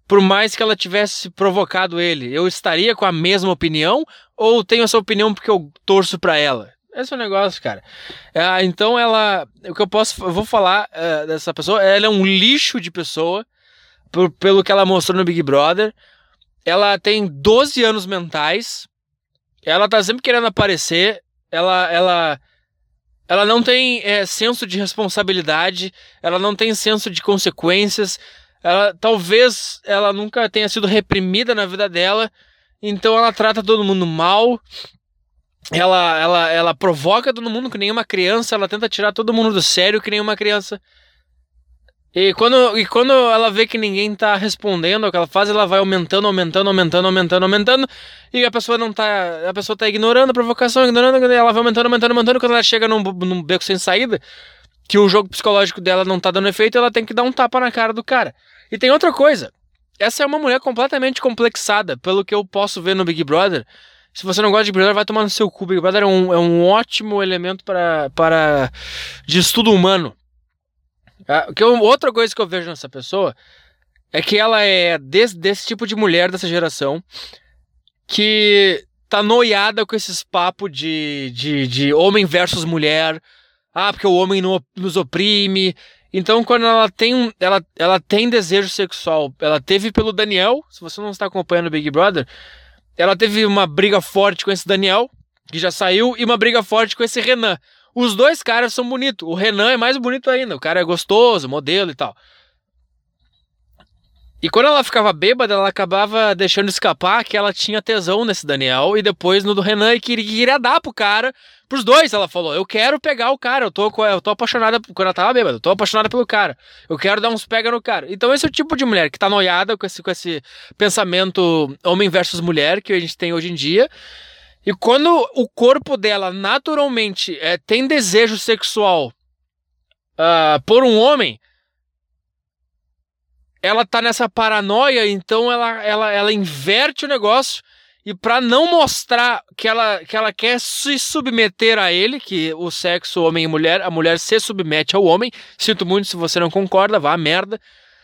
Speaker 1: por mais que ela tivesse provocado ele, eu estaria com a mesma opinião ou tenho essa opinião porque eu torço pra ela? Esse é o negócio, cara. É, então ela... O que eu posso... Eu vou falar é, dessa pessoa... Ela é um lixo de pessoa, por, pelo que ela mostrou no Big Brother. Ela tem doze anos mentais. Ela tá sempre querendo aparecer. Ela... ela Ela não tem é, senso de responsabilidade, ela não tem senso de consequências, ela, talvez ela nunca tenha sido reprimida na vida dela, então ela trata todo mundo mal, ela, ela, ela provoca todo mundo que nem uma criança, ela tenta tirar todo mundo do sério que nem uma criança. E quando, e quando ela vê que ninguém tá respondendo ao que ela faz, ela vai aumentando, aumentando, aumentando, aumentando, aumentando, e a pessoa não tá. A pessoa tá ignorando a provocação, ignorando, ela vai aumentando, aumentando, aumentando, e quando ela chega num, num beco sem saída, que o jogo psicológico dela não tá dando efeito, ela tem que dar um tapa na cara do cara. E tem outra coisa. Essa é uma mulher completamente complexada, pelo que eu posso ver no Big Brother. Se você não gosta de Big Brother, vai tomar no seu cu. Big Brother é um, é um ótimo elemento para, para de estudo humano. Ah, que eu, outra coisa que eu vejo nessa pessoa é que ela é desse, desse tipo de mulher dessa geração que tá noiada com esses papos de, de, de homem versus mulher. Ah, porque o homem no, nos oprime. Então, quando ela tem, um, ela, ela tem desejo sexual, ela teve pelo Daniel. Se você não está acompanhando o Big Brother, ela teve uma briga forte com esse Daniel, que já saiu, e uma briga forte com esse Renan. Os dois caras são bonitos. O Renan é mais bonito ainda. O cara é gostoso, modelo e tal. E quando ela ficava bêbada, ela acabava deixando escapar que ela tinha tesão nesse Daniel e depois no do Renan e queria, queria dar pro cara. Pros dois, ela falou. Eu quero pegar o cara. Eu tô, eu tô apaixonada. Quando ela tava bêbada, eu tô apaixonada pelo cara. Eu quero dar uns pega no cara. Então esse é o tipo de mulher que tá noiada com esse, com esse pensamento homem versus mulher que a gente tem hoje em dia. E quando o corpo dela naturalmente é, tem desejo sexual uh, por um homem, ela tá nessa paranoia, então ela, ela, ela inverte o negócio e pra não mostrar que ela, que ela quer se submeter a ele, que o sexo homem e mulher, a mulher se submete ao homem, sinto muito se você não concorda, vá a merda.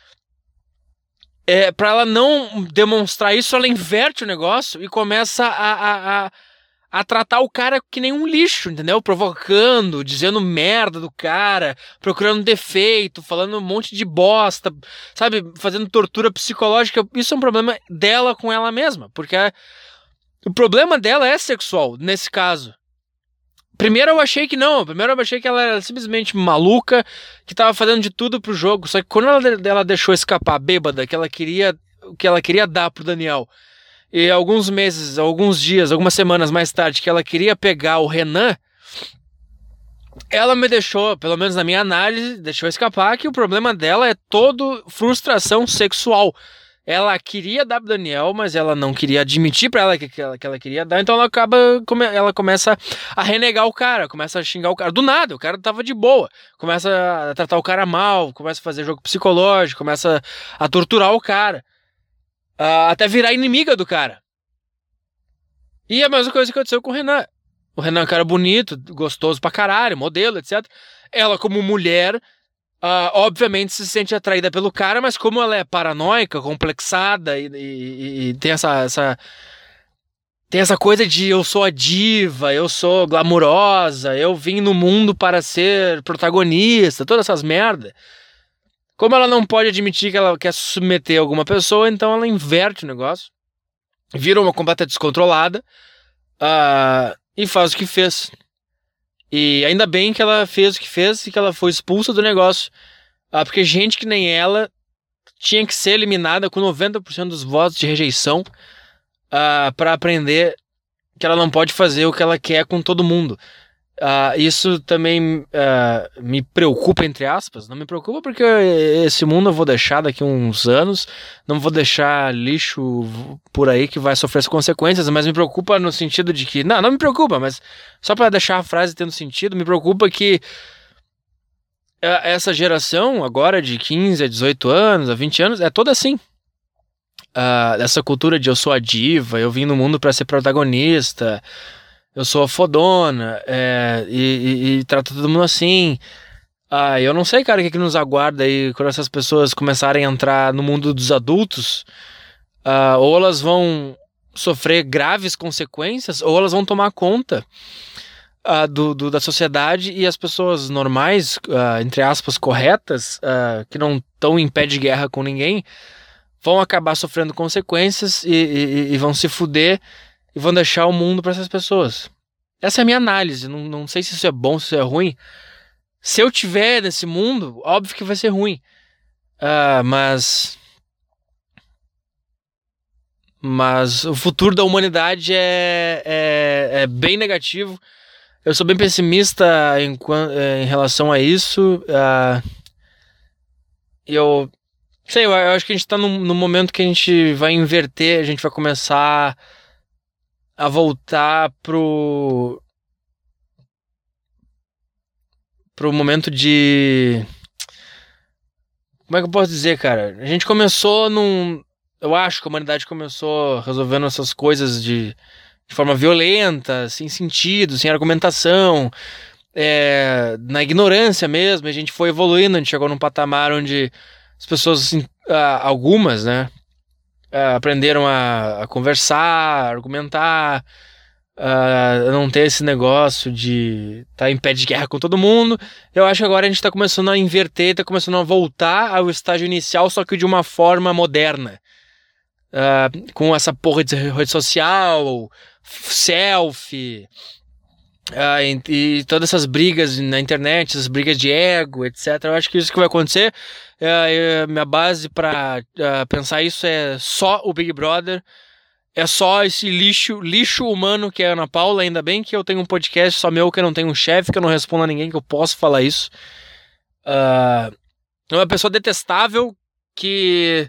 Speaker 1: É, pra ela não demonstrar isso, ela inverte o negócio e começa a... a, a a tratar o cara que nem um lixo, entendeu? Provocando, dizendo merda do cara, procurando defeito, falando um monte de bosta, sabe? Fazendo tortura psicológica. Isso é um problema dela com ela mesma, porque a... o problema dela é sexual, nesse caso. Primeiro eu achei que não, primeiro eu achei que ela era simplesmente maluca, que tava fazendo de tudo pro jogo, só que quando ela, ela deixou escapar bêbada, que ela queria, que ela queria dar pro Daniel, e alguns meses, alguns dias, algumas semanas mais tarde, que ela queria pegar o Renan, ela me deixou, pelo menos na minha análise, deixou escapar que o problema dela é todo frustração sexual. Ela queria dar pro Daniel, mas ela não queria admitir pra ela que, que, ela que ela queria dar, então ela acaba, ela começa a renegar o cara, começa a xingar o cara. Do nada, o cara tava de boa. Começa a tratar o cara mal, começa a fazer jogo psicológico, começa a torturar o cara. Uh, até virar inimiga do cara. E a mesma coisa que aconteceu com o Renan. O Renan é um cara bonito, gostoso pra caralho, modelo, etcétera. Ela, como mulher, uh, obviamente se sente atraída pelo cara, mas como ela é paranoica, complexada e, e, e tem essa, essa tem essa coisa de eu sou a diva, eu sou glamurosa, eu vim no mundo para ser protagonista, todas essas merda. Como ela não pode admitir que ela quer submeter alguma pessoa, então ela inverte o negócio, vira uma completa descontrolada uh, e faz o que fez. E ainda bem que ela fez o que fez e que ela foi expulsa do negócio, uh, porque gente que nem ela tinha que ser eliminada com noventa por cento dos votos de rejeição uh, para aprender que ela não pode fazer o que ela quer com todo mundo. Uh, isso também uh, me preocupa, entre aspas. Não me preocupa porque esse mundo eu vou deixar daqui a uns anos. Não vou deixar lixo por aí que vai sofrer as consequências. Mas me preocupa no sentido de que... Não, não me preocupa, mas só para deixar a frase tendo sentido, me preocupa que uh, essa geração agora de quinze a dezoito anos, a vinte anos, é toda assim. Uh, essa cultura de eu sou a diva, eu vim no mundo para ser protagonista... Eu sou a fodona, é, e, e, e trato todo mundo assim. Ah, eu não sei, cara, o que, que nos aguarda aí quando essas pessoas começarem a entrar no mundo dos adultos. Ah, ou elas vão sofrer graves consequências, ou elas vão tomar conta ah, do, do- da sociedade, e as pessoas normais, ah, entre aspas, corretas, ah, que não estão em pé de guerra com ninguém, vão acabar sofrendo consequências e, e- e vão se fuder e vão deixar o mundo para essas pessoas. Essa é a minha análise. Não, não sei se isso é bom, se isso é ruim. Se eu tiver nesse mundo, óbvio que vai ser ruim. Ah, mas. Mas o futuro da humanidade é, é, é bem negativo. Eu sou bem pessimista em, quan- eh, em relação a isso. Ah, eu sei, eu, eu acho que a gente tá num, num momento que a gente vai inverter, a gente vai começar a voltar pro, pro momento de. Como é que eu posso dizer, cara? A gente começou num. Eu acho que a humanidade começou resolvendo essas coisas de, de forma violenta, sem sentido, sem argumentação, é, na ignorância mesmo. A gente foi evoluindo, a gente chegou num patamar onde as pessoas, assim, ah, algumas, né, ah, aprenderam a, a conversar, argumentar, ah, não ter esse negócio de estar em pé de guerra com todo mundo. Eu acho que agora a gente está começando a inverter, está começando a voltar ao estágio inicial, só que de uma forma moderna. Ah, com essa porra de rede social, selfie, ah, e, e todas essas brigas na internet, essas brigas de ego, etcétera. Eu acho que isso que vai acontecer. Ah, eu- minha base para pensar isso é só o Big Brother. É só esse lixo, lixo humano que é a Ana Paula. Ainda bem que eu tenho um podcast só meu, que eu não tenho um chefe, que eu não respondo a ninguém, que eu posso falar isso. Ah, é uma pessoa detestável que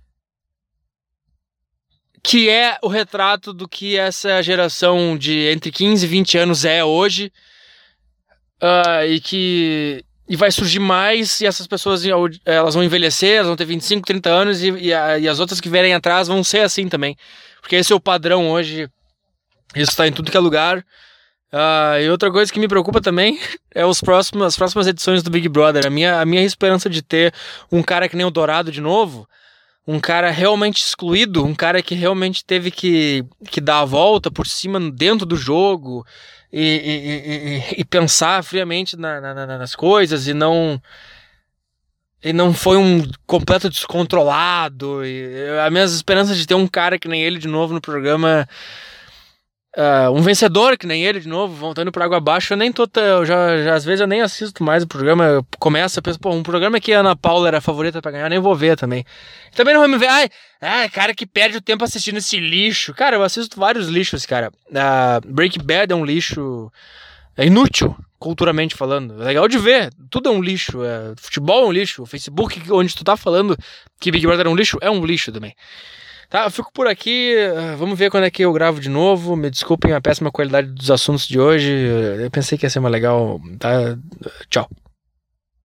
Speaker 1: que é o retrato do que essa geração de entre quinze e vinte anos é hoje. Ah, e que e vai surgir mais, e essas pessoas elas vão envelhecer, elas vão ter vinte e cinco, trinta anos, e, e, a- e as outras que vierem atrás vão ser assim também. Porque esse é o padrão hoje. Isso tá em tudo que é lugar. Ah, e outra coisa que me preocupa também é os próximos, as próximas edições do Big Brother. A minha, a minha esperança de ter um cara que nem o Dourado de novo, um cara realmente excluído, um cara que realmente teve que, que dar a volta por cima dentro do jogo e, e, e, e pensar friamente na, na, na, nas coisas, e não e não foi um completo descontrolado. E as minhas esperanças de ter um cara que nem ele de novo no programa, uh, um vencedor que nem ele de novo, voltando por água abaixo. Eu nem tô, eu já, já às vezes eu nem assisto mais o programa. Eu começo a pensar, pô, um programa que a Ana Paula era a favorita pra ganhar, nem vou ver também. Também não vou me ver, ai, ai, cara que perde o tempo assistindo esse lixo. Cara, eu assisto vários lixos, cara. Uh, Breaking Bad é um lixo, é inútil, culturalmente falando. É legal de ver, tudo é um lixo. É, futebol é um lixo, o Facebook onde tu tá falando que Big Brother é um lixo, é um lixo também. Tá, eu fico por aqui. uh, Vamos ver quando é que eu gravo de novo. Me desculpem a péssima qualidade dos assuntos de hoje. Eu pensei que ia ser mais legal. Tá? Tchau.